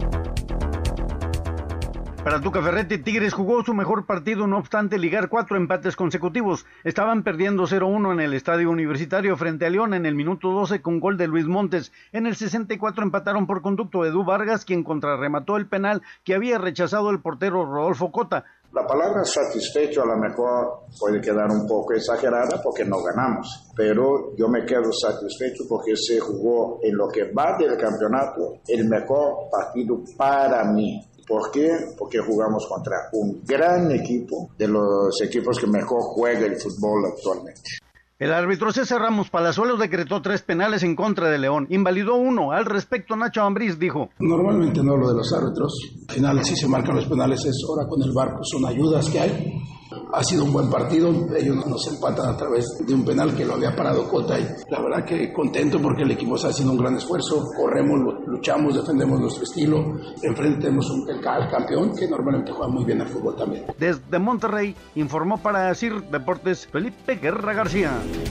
Para Tuca Ferretti, Tigres jugó su mejor partido, no obstante ligar cuatro empates consecutivos. Estaban perdiendo cero uno en el Estadio Universitario frente a León en el minuto doce con gol de Luis Montes. En el sesenta y cuatro empataron por conducto de Edu Vargas, quien contrarremató el penal que había rechazado el portero Rodolfo Cota. La palabra satisfecho a lo mejor puede quedar un poco exagerada porque no ganamos, pero yo me quedo satisfecho porque se jugó en lo que va del campeonato el mejor partido para mí. ¿Por qué? Porque jugamos contra un gran equipo, de los equipos que mejor juega el fútbol actualmente. El árbitro César Ramos Palazuelos decretó tres penales en contra de León, invalidó uno. Al respecto, Nacho Ambriz dijo: normalmente no lo de los árbitros, al final si se marcan los penales es ahora con el V A R, pues son ayudas que hay. Ha sido un buen partido, ellos nos empatan a través de un penal que lo había parado Cota y la verdad que contento porque el equipo está haciendo un gran esfuerzo, corremos, luchamos, defendemos nuestro estilo, enfrente tenemos un, el, el campeón que normalmente juega muy bien al fútbol también. Desde Monterrey informó para C I R Deportes Felipe Guerra García.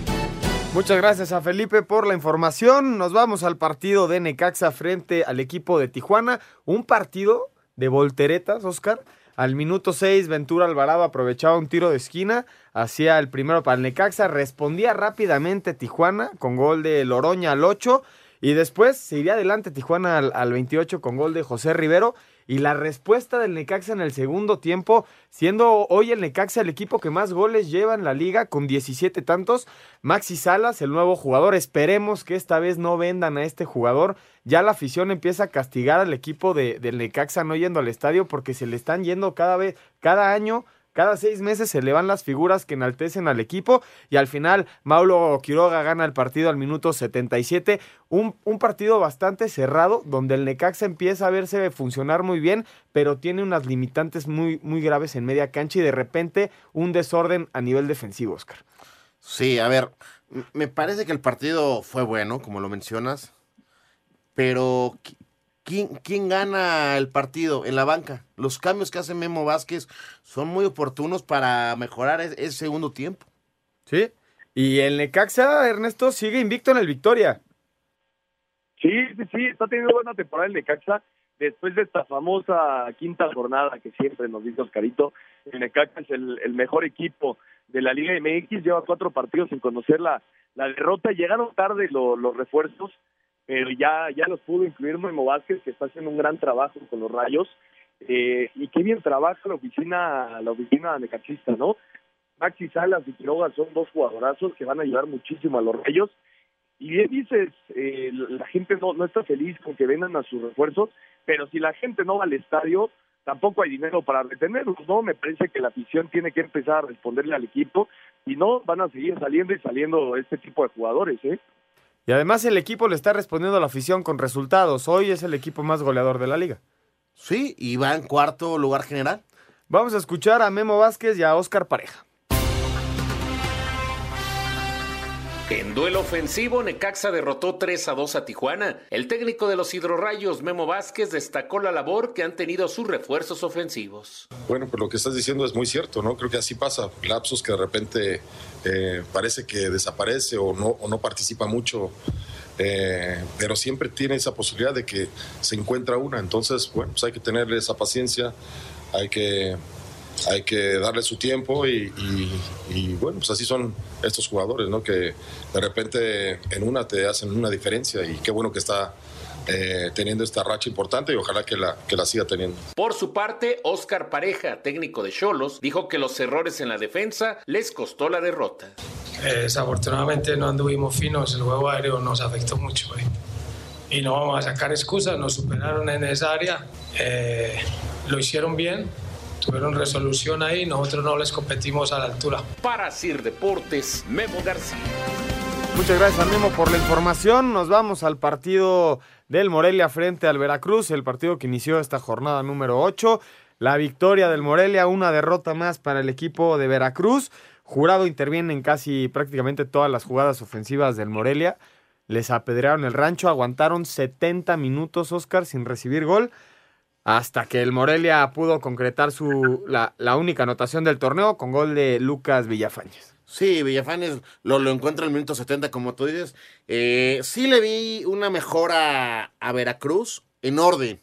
Muchas gracias a Felipe por la información. Nos vamos al partido de Necaxa frente al equipo de Tijuana, un partido de volteretas, Oscar. Al minuto seis, Ventura Alvarado aprovechaba un tiro de esquina, hacía el primero para el Necaxa, respondía rápidamente Tijuana con gol de Loroña al ocho, y después se iría adelante Tijuana al, al veintiocho con gol de José Rivero, y la respuesta del Necaxa en el segundo tiempo, siendo hoy el Necaxa el equipo que más goles lleva en la liga, con diecisiete tantos, Maxi Salas, el nuevo jugador, esperemos que esta vez no vendan a este jugador, ya la afición empieza a castigar al equipo de, del Necaxa no yendo al estadio, porque se le están yendo cada vez, cada año, cada seis meses se le van las figuras que enaltecen al equipo, y al final Mauro Quiroga gana el partido al minuto setenta y siete, un, un partido bastante cerrado, donde el Necaxa empieza a verse funcionar muy bien, pero tiene unas limitantes muy, muy graves en media cancha, y de repente un desorden a nivel defensivo, Oscar. Sí, a ver, me parece que el partido fue bueno, como lo mencionas, pero ¿quién, quién gana el partido? En la banca. Los cambios que hace Memo Vázquez son muy oportunos para mejorar ese, ese segundo tiempo. Sí, y el Necaxa, Ernesto, sigue invicto en el Victoria. Sí, sí, sí, está teniendo buena temporada el Necaxa. Después de esta famosa quinta jornada que siempre nos dice Oscarito, el Necaxa es el, el mejor equipo de la Liga M X, lleva cuatro partidos sin conocer la, la derrota. Llegaron tarde lo, los refuerzos, pero ya, ya los pudo incluir Memo Vázquez, que está haciendo un gran trabajo con los Rayos, eh, y qué bien trabaja la oficina, la oficina necaxista, ¿no? Maxi Salas y Quiroga son dos jugadorazos que van a ayudar muchísimo a los Rayos, y bien dices, eh, la gente no, no está feliz con que vendan a sus refuerzos, pero si la gente no va al estadio, tampoco hay dinero para retenerlos, ¿no? Me parece que la afición tiene que empezar a responderle al equipo, y no van a seguir saliendo y saliendo este tipo de jugadores, ¿eh? Y además el equipo le está respondiendo a la afición con resultados. Hoy es el equipo más goleador de la liga. Sí, y va en cuarto lugar general. Vamos a escuchar a Memo Vázquez y a Óscar Pareja. En duelo ofensivo, Necaxa derrotó tres a dos a Tijuana. El técnico de los Hidrorrayos, Memo Vázquez, destacó la labor que han tenido sus refuerzos ofensivos. Bueno, pues lo que estás diciendo es muy cierto, ¿no? Creo que así pasa. Lapsos que de repente eh, parece que desaparece o no, o no participa mucho, eh, pero siempre tiene esa posibilidad de que se encuentra una. Entonces, bueno, pues hay que tenerle esa paciencia, hay que... hay que darle su tiempo y, y, y bueno, pues así son estos jugadores, ¿no? Que de repente en una te hacen una diferencia y qué bueno que está eh, teniendo esta racha importante y ojalá que la, que la siga teniendo. Por su parte, Óscar Pareja, técnico de Xolos, dijo que los errores en la defensa les costó la derrota. Eh, desafortunadamente no anduvimos finos, el juego aéreo nos afectó mucho eh. y no vamos a sacar excusas, nos superaron en esa área, eh, lo hicieron bien. Tuvieron resolución ahí, nosotros no les competimos a la altura. Para Sir Deportes, Memo García. Muchas gracias, Memo, por la información. Nos vamos al partido del Morelia frente al Veracruz, el partido que inició esta jornada número ocho. La victoria del Morelia, una derrota más para el equipo de Veracruz. Jurado interviene en casi prácticamente todas las jugadas ofensivas del Morelia. Les apedrearon el rancho, aguantaron setenta minutos, Óscar, sin recibir gol. Hasta que el Morelia pudo concretar su la, la única anotación del torneo con gol de Lucas Villafañez. Sí, Villafañez lo, lo encuentra en el minuto setenta, como tú dices. Eh, sí le vi una mejora a Veracruz en orden.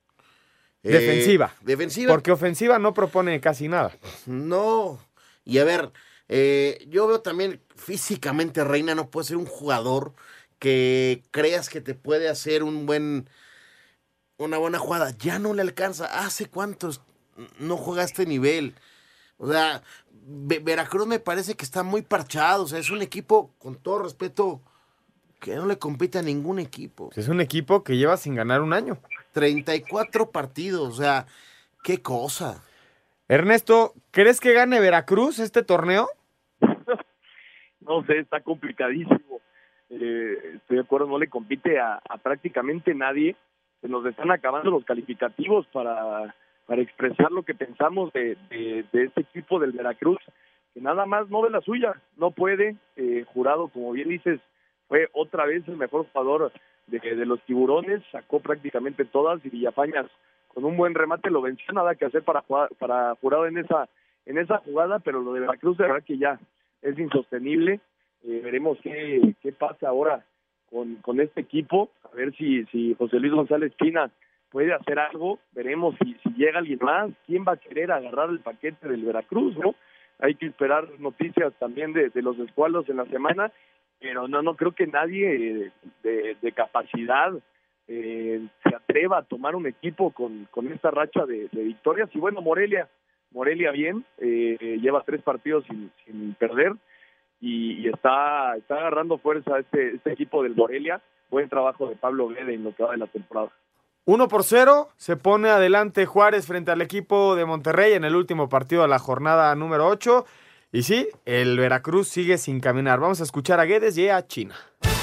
Defensiva. Eh, defensiva. Porque ofensiva no propone casi nada. No. Y a ver, eh, yo veo también físicamente Reina no puede ser un jugador que creas que te puede hacer un buen... una buena jugada, ya no le alcanza. ¿Hace cuántos no juega a este nivel? O sea, Veracruz me parece que está muy parchado. O sea, es un equipo, con todo respeto, que no le compite a ningún equipo. Es un equipo que lleva sin ganar un año. treinta y cuatro partidos, o sea, qué cosa. Ernesto, ¿crees que gane Veracruz este torneo? No sé, está complicadísimo. Eh, estoy de acuerdo, no le compite a, a prácticamente nadie. Se nos están acabando los calificativos para, para expresar lo que pensamos de, de, de este equipo del Veracruz, que nada más no ve la suya, no puede. eh, Jurado, como bien dices, fue otra vez el mejor jugador de, de los Tiburones, sacó prácticamente todas y Villafañas con un buen remate lo venció, nada que hacer para jugar, para Jurado en esa en esa jugada, pero lo de Veracruz de verdad que ya es insostenible. Eh, veremos qué, qué pasa ahora Con, con este equipo, a ver si, si José Luis González China puede hacer algo, veremos si, si llega alguien más, quién va a querer agarrar el paquete del Veracruz, ¿no? Hay que esperar noticias también de, de los escuadros en la semana, pero no no creo que nadie de, de capacidad eh, se atreva a tomar un equipo con, con esta racha de, de victorias. Y bueno, Morelia, Morelia bien, eh, lleva tres partidos sin, sin perder, Y, y está, está agarrando fuerza este, este equipo del Morelia. Buen trabajo de Pablo Guede en lo que va de la temporada. uno por cero, se pone adelante Juárez frente al equipo de Monterrey en el último partido de la jornada número ocho. Y sí, el Veracruz sigue sin caminar. Vamos a escuchar a Guedes y a China.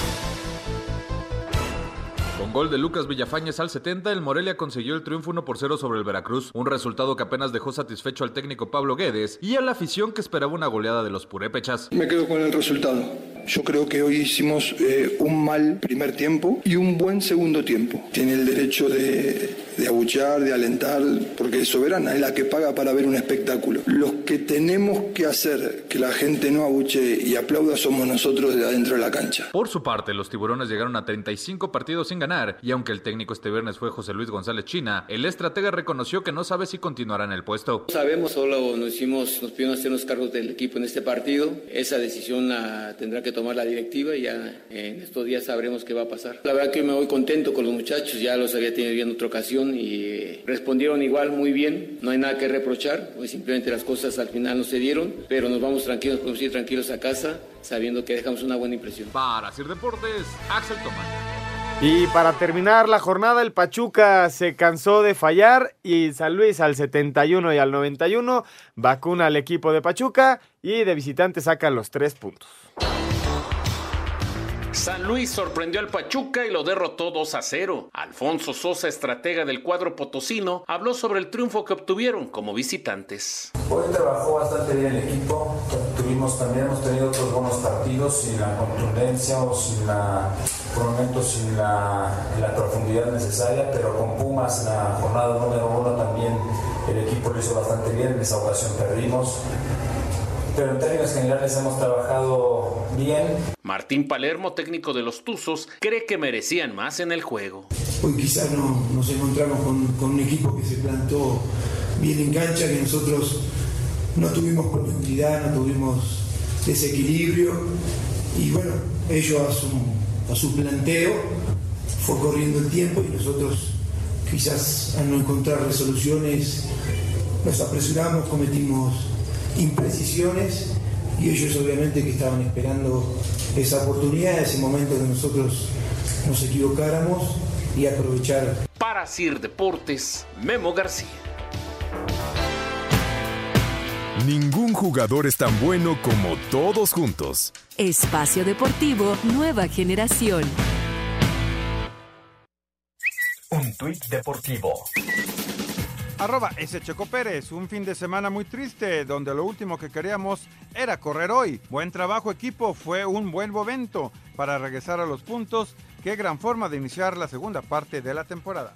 Con gol de Lucas Villafañez al setenta, el Morelia consiguió el triunfo uno por cero sobre el Veracruz, un resultado que apenas dejó satisfecho al técnico Pablo Guedes y a la afición que esperaba una goleada de los purépechas. Me quedo con el resultado. Yo creo que hoy hicimos eh, un mal primer tiempo y un buen segundo tiempo. Tiene el derecho de, de abuchear, de alentar, porque Soberana es la que paga para ver un espectáculo. Los que tenemos que hacer que la gente no abuchee y aplauda somos nosotros de adentro de la cancha. Por su parte, los tiburones llegaron a treinta y cinco partidos sin ganar, y aunque el técnico este viernes fue José Luis González China, el estratega reconoció que no sabe si continuará en el puesto. Sabemos, solo nos hicimos, nos pidieron hacernos cargos del equipo en este partido. Esa decisión la tendrá que tomar la directiva y ya en estos días sabremos qué va a pasar. La verdad que me voy contento con los muchachos, ya los había tenido en otra ocasión y respondieron igual muy bien, no hay nada que reprochar, pues simplemente las cosas al final no se dieron, pero nos vamos tranquilos, podemos ir tranquilos a casa, sabiendo que dejamos una buena impresión. Para Sir Deportes, Axel Tomás. Y para terminar la jornada, el Pachuca se cansó de fallar y San Luis al setenta y uno y al noventa y uno vacuna al equipo de Pachuca y de visitante saca los tres puntos. San Luis sorprendió al Pachuca y lo derrotó dos a cero. Alfonso Sosa, estratega del cuadro potosino, habló sobre el triunfo que obtuvieron como visitantes. Hoy trabajó bastante bien el equipo. Tuvimos también, hemos tenido otros buenos partidos sin la contundencia o sin la, por momentos sin la, la profundidad necesaria, pero con Pumas la jornada número uno también el equipo lo hizo bastante bien. En esa ocasión perdimos. Pero en términos generales hemos trabajado bien. Martín Palermo, técnico de los Tuzos, cree que merecían más en el juego. Hoy quizás no, nos encontramos con, con un equipo que se plantó bien en cancha, que nosotros no tuvimos profundidad, no tuvimos desequilibrio. Y bueno, ellos a su, a su planteo fue corriendo el tiempo y nosotros quizás al no encontrar resoluciones nos apresuramos, cometimos imprecisiones y ellos obviamente que estaban esperando esa oportunidad, ese momento que nosotros nos equivocáramos y aprovechar. Para Sir Deportes, Memo García. Ningún jugador es tan bueno como todos juntos. Espacio Deportivo Nueva Generación. Un tuit deportivo. Arroba S. Checo Pérez, un fin de semana muy triste, donde lo último que queríamos era correr hoy. Buen trabajo, equipo, fue un buen momento para regresar a los puntos. Qué gran forma de iniciar la segunda parte de la temporada.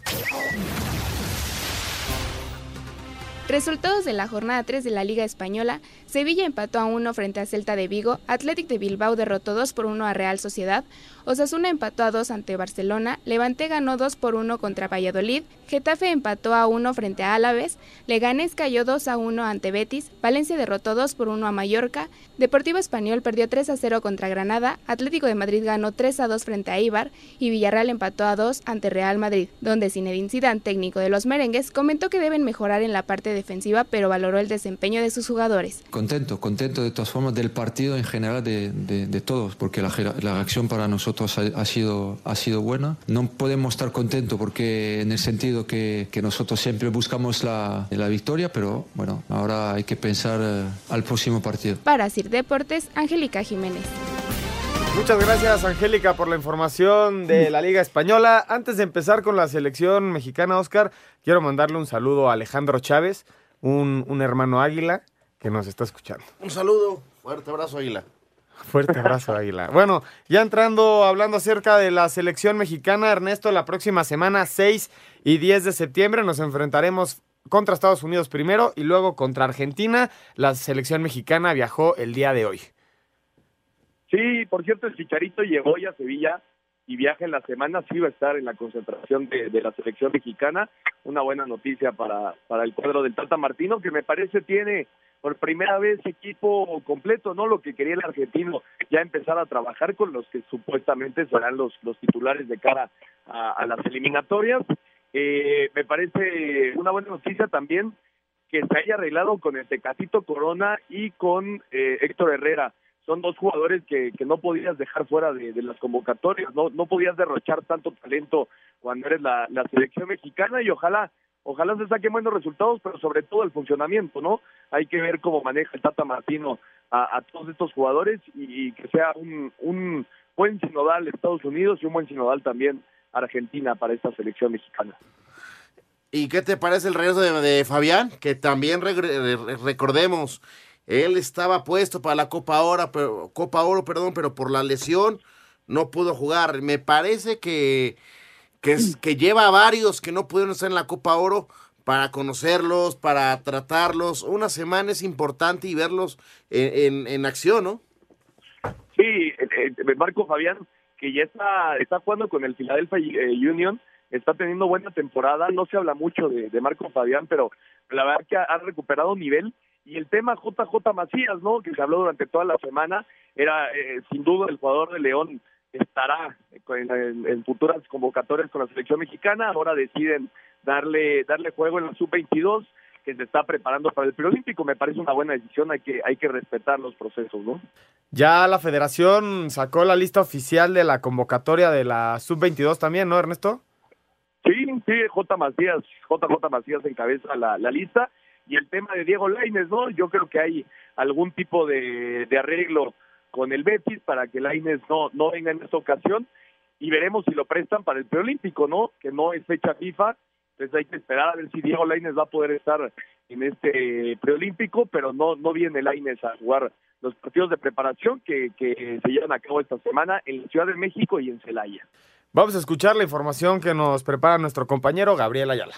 Resultados de la jornada tres de la Liga Española: Sevilla empató a uno frente a Celta de Vigo, Athletic de Bilbao derrotó dos por uno a Real Sociedad, Osasuna empató a dos ante Barcelona, Levante ganó dos por uno contra Valladolid, Getafe empató a uno frente a Alavés, Leganés cayó dos a uno ante Betis, Valencia derrotó dos por uno a Mallorca, Deportivo Español perdió tres a cero contra Granada, Atlético de Madrid ganó tres a dos frente a Eibar y Villarreal empató a dos ante Real Madrid, donde Zinedine Zidane, técnico de los merengues, comentó que deben mejorar en la parte defensiva, pero valoró el desempeño de sus jugadores. Contento, contento de todas formas del partido en general de, de, de todos, porque la, la reacción para nosotros ha, ha, sido, ha sido buena. No podemos estar contentos porque en el sentido que, que nosotros siempre buscamos la, la victoria, pero bueno, ahora hay que pensar eh, al próximo partido. Para Sir Deportes, Angélica Jiménez. Muchas gracias, Angélica, por la información de la Liga Española. Antes de empezar con la selección mexicana, Oscar, quiero mandarle un saludo a Alejandro Chávez, un, un hermano águila que nos está escuchando. Un saludo, fuerte abrazo, Águila. Fuerte abrazo, Águila. Bueno, ya entrando, hablando acerca de la selección mexicana, Ernesto, la próxima semana, seis y diez de septiembre, nos enfrentaremos contra Estados Unidos primero y luego contra Argentina. La selección mexicana viajó el día de hoy. Sí, por cierto, el Chicharito llegó ya a Sevilla y viaja en la semana, sí va a estar en la concentración de, de la selección mexicana. Una buena noticia para, para el cuadro del Tata Martino, que me parece tiene por primera vez equipo completo, ¿no? Lo que quería el argentino, ya empezar a trabajar con los que supuestamente serán los, los titulares de cara a, a las eliminatorias. Eh, me parece una buena noticia también que se haya arreglado con el Tecatito Corona y con eh, Héctor Herrera. Son dos jugadores que, que no podías dejar fuera de, de las convocatorias, no no podías derrochar tanto talento cuando eres la, la selección mexicana, y ojalá ojalá se saquen buenos resultados, pero sobre todo el funcionamiento, ¿no? Hay que ver cómo maneja el Tata Martino a, a todos estos jugadores y, y que sea un, un buen sinodal Estados Unidos y un buen sinodal también Argentina para esta selección mexicana. ¿Y qué te parece el regreso de, de Fabián? Que también re- recordemos, él estaba puesto para la Copa Oro, pero, Copa Oro, perdón, pero por la lesión no pudo jugar. Me parece que, que, es, que lleva a varios que no pudieron estar en la Copa Oro para conocerlos, para tratarlos. Una semana es importante y verlos en, en, en acción, ¿no? Sí, eh, eh, Marco Fabián, que ya está, está jugando con el Philadelphia eh, Union, está teniendo buena temporada. No se habla mucho de, de Marco Fabián, pero la verdad que ha, ha recuperado nivel. Y el tema J J Macías, ¿no? Que se habló durante toda la semana, era eh, sin duda el jugador de León estará en, en, en futuras convocatorias con la selección mexicana. Ahora deciden darle darle juego en la sub veintidós, que se está preparando para el preolímpico. Me parece una buena decisión, hay que hay que respetar los procesos, ¿no? Ya la federación sacó la lista oficial de la convocatoria de la sub veintidós también, ¿no, Ernesto? Sí, sí, J Macías, J J Macías encabeza la, la lista. Y el tema de Diego Lainez, ¿no? Yo creo que hay algún tipo de, de arreglo con el Betis para que Lainez no, no venga en esta ocasión, y veremos si lo prestan para el preolímpico, ¿no? Que no es fecha FIFA, entonces hay que esperar a ver si Diego Lainez va a poder estar en este preolímpico, pero no, no viene Lainez a jugar los partidos de preparación que, que se llevan a cabo esta semana en la Ciudad de México y en Celaya. Vamos a escuchar la información que nos prepara nuestro compañero Gabriel Ayala.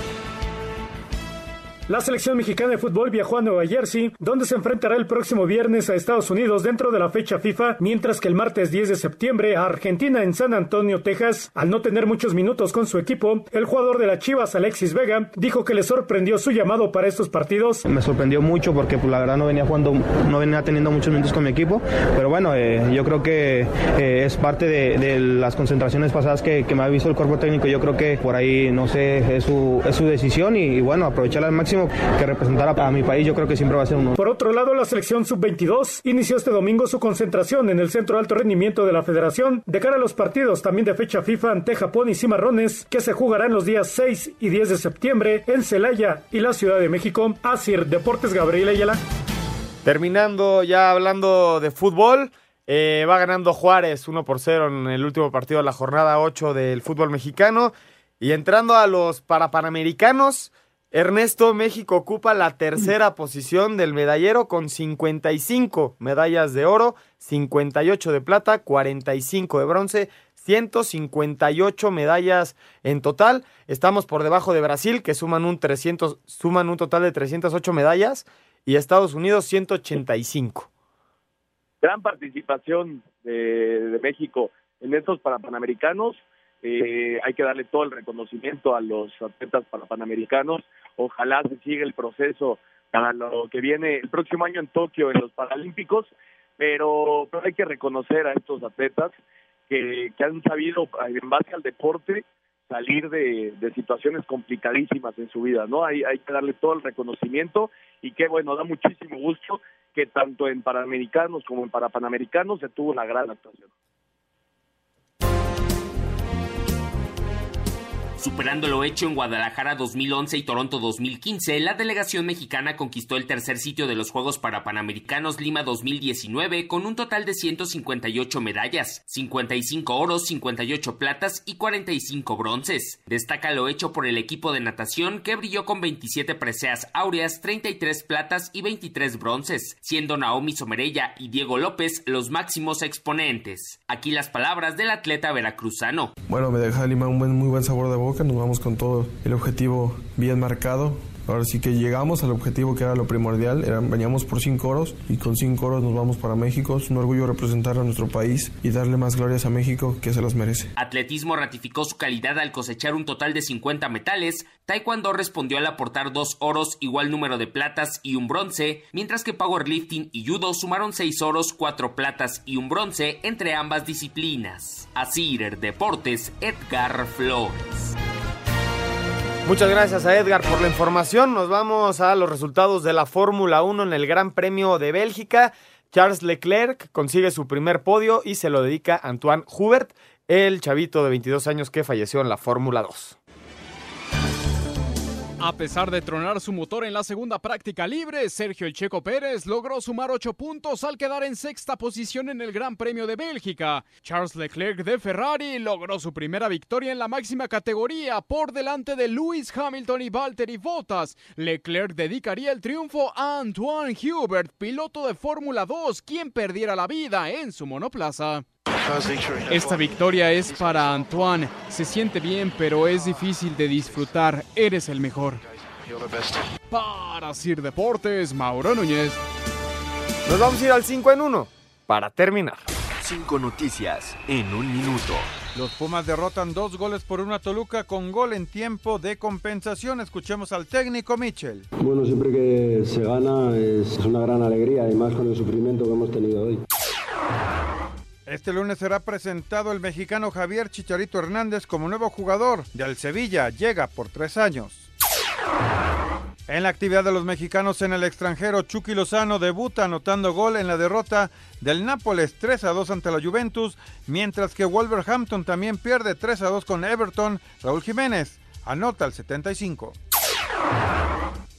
La selección mexicana de fútbol viajó a Nueva Jersey, donde se enfrentará el próximo viernes a Estados Unidos dentro de la fecha FIFA, mientras que el martes diez de septiembre a Argentina en San Antonio, Texas. Al no tener muchos minutos con su equipo, el jugador de las Chivas, Alexis Vega, dijo que le sorprendió su llamado para estos partidos. Me sorprendió mucho porque pues, la verdad no venía jugando, no venía teniendo muchos minutos con mi equipo, pero bueno, eh, yo creo que eh, es parte de, de las concentraciones pasadas que, que me ha visto el cuerpo técnico. Yo creo que por ahí, no sé, es su, es su decisión y, y bueno, aprovecharla al máximo, que representar a mi país yo creo que siempre va a ser uno. Por otro lado, la selección sub veintidós inició este domingo su concentración en el Centro de Alto Rendimiento de la Federación de cara a los partidos también de fecha FIFA ante Japón y Cimarrones, que se jugarán los días seis y diez de septiembre en Celaya y la Ciudad de México. Asir Deportes, Gabriel Ayala. Terminando ya hablando de fútbol, eh, va ganando Juárez uno por cero en el último partido de la jornada ocho del fútbol mexicano. Y entrando a los parapanamericanos, Ernesto, México ocupa la tercera posición del medallero con cincuenta y cinco medallas de oro, cincuenta y ocho de plata, cuarenta y cinco de bronce, ciento cincuenta y ocho medallas en total. Estamos por debajo de Brasil, que suman un, trescientos, suman un total de trescientas ocho medallas, y Estados Unidos ciento ochenta y cinco. Gran participación de, de México en estos parapanamericanos. Eh, hay que darle todo el reconocimiento a los atletas parapanamericanos. Ojalá se siga el proceso para lo que viene el próximo año en Tokio en los Paralímpicos, pero, pero hay que reconocer a estos atletas que, que han sabido, en base al deporte, salir de, de situaciones complicadísimas en su vida, ¿no? Hay, hay que darle todo el reconocimiento, y que bueno, da muchísimo gusto que tanto en Panamericanos como en Parapanamericanos se tuvo una gran actuación. Superando lo hecho en Guadalajara dos mil once y Toronto dos mil quince, la delegación mexicana conquistó el tercer sitio de los Juegos Parapanamericanos Lima dos mil diecinueve con un total de ciento cincuenta y ocho medallas, cincuenta y cinco oros, cincuenta y ocho platas y cuarenta y cinco bronces. Destaca lo hecho por el equipo de natación, que brilló con veintisiete preseas áureas, treinta y tres platas y veintitrés bronces, siendo Naomi Somerella y Diego López los máximos exponentes. Aquí las palabras del atleta veracruzano. Bueno, me deja Lima un buen, muy buen sabor de boca. Nos vamos con todo el objetivo bien marcado. Ahora sí que llegamos al objetivo que era lo primordial. Era, veníamos por cinco oros y con cinco oros nos vamos para México. Es un orgullo representar a nuestro país y darle más glorias a México, que se los merece. Atletismo ratificó su calidad al cosechar un total de cincuenta metales. Taekwondo respondió al aportar dos oros, igual número de platas y un bronce, mientras que Powerlifting y Judo sumaron seis oros, cuatro platas y un bronce entre ambas disciplinas. Asir Deportes, Edgar Flores. Muchas gracias a Edgar por la información. Nos vamos a los resultados de la Fórmula uno en el Gran Premio de Bélgica. Charles Leclerc consigue su primer podio y se lo dedica a Antoine Hubert, el chavito de veintidós años que falleció en la Fórmula dos. A pesar de tronar su motor en la segunda práctica libre, Sergio El Checo Pérez logró sumar ocho puntos al quedar en sexta posición en el Gran Premio de Bélgica. Charles Leclerc de Ferrari logró su primera victoria en la máxima categoría por delante de Lewis Hamilton y Valtteri Bottas. Leclerc dedicaría el triunfo a Antoine Hubert, piloto de Fórmula dos, quien perdiera la vida en su monoplaza. Esta victoria es para Antoine. Se siente bien, pero es difícil de disfrutar. Eres el mejor. Para Sir Deportes, Mauro Núñez. Nos vamos a ir al cinco en uno para terminar. Cinco noticias en un minuto. Los Pumas derrotan dos goles por uno a Toluca con gol en tiempo de compensación. Escuchemos al técnico Michel. Bueno, siempre que se gana es una gran alegría, además con el sufrimiento que hemos tenido hoy. Este lunes será presentado el mexicano Javier Chicharito Hernández como nuevo jugador del Sevilla. Llega por tres años. En la actividad de los mexicanos en el extranjero, Chucky Lozano debuta anotando gol en la derrota del Nápoles tres a dos ante la Juventus, mientras que Wolverhampton también pierde tres a dos con Everton. Raúl Jiménez anota el setenta y cinco.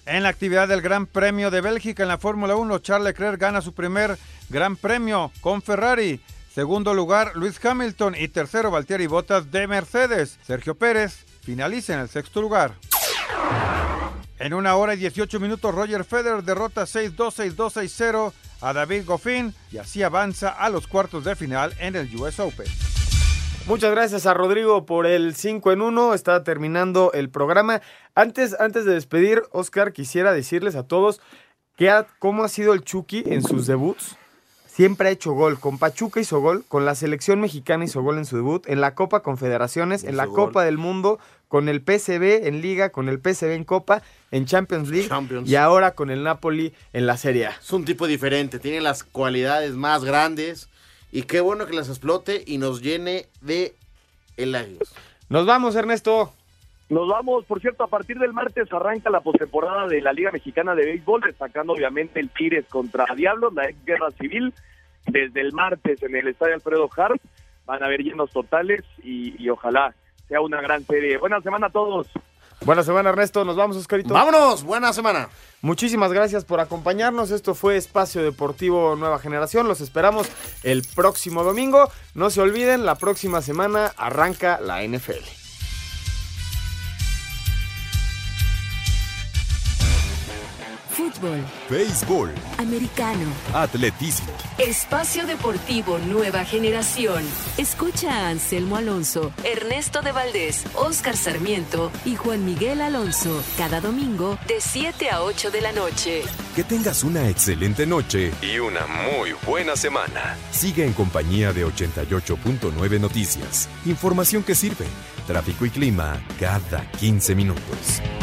En la actividad del Gran Premio de Bélgica en la Fórmula uno, Charles Leclerc gana su primer Gran Premio con Ferrari. Segundo lugar, Lewis Hamilton y tercero, Valtteri Bottas de Mercedes. Sergio Pérez finaliza en el sexto lugar. En una hora y dieciocho minutos, Roger Federer derrota seis dos, seis dos, seis cero a David Goffin y así avanza a los cuartos de final en el U S Open. Muchas gracias a Rodrigo por el cinco en uno. Está terminando el programa. Antes, antes de despedir, Oscar, quisiera decirles a todos que ha, cómo ha sido el Chucky en sus debuts. Siempre ha hecho gol. Con Pachuca hizo gol, con la selección mexicana hizo gol en su debut, en la Copa Confederaciones, en la gol. Copa del Mundo, con el P S V en Liga, con el P S V en Copa, en Champions League Champions. Y ahora con el Napoli en la Serie A. Es un tipo diferente, tiene las cualidades más grandes y qué bueno que las explote y nos llene de eladios. Nos vamos, Ernesto. Nos vamos, por cierto, a partir del martes arranca la postemporada de la Liga Mexicana de Béisbol, destacando obviamente el Tigres contra Diablos, la ex guerra civil. Desde el martes en el Estadio Alfredo Harp van a haber llenos totales y, y ojalá sea una gran serie. Buena semana a todos. Buena semana, Ernesto. Nos vamos, Oscarito. ¡Vámonos! Buena semana. Muchísimas gracias por acompañarnos. Esto fue Espacio Deportivo Nueva Generación. Los esperamos el próximo domingo. No se olviden, la próxima semana arranca la N F L. Fútbol, béisbol, americano, atletismo. Espacio Deportivo Nueva Generación. Escucha a Anselmo Alonso, Ernesto de Valdés, Óscar Sarmiento y Juan Miguel Alonso cada domingo de siete a ocho de la noche. Que tengas una excelente noche y una muy buena semana. Sigue en compañía de ochenta y ocho punto nueve Noticias. Información que sirve. Tráfico y clima cada quince minutos.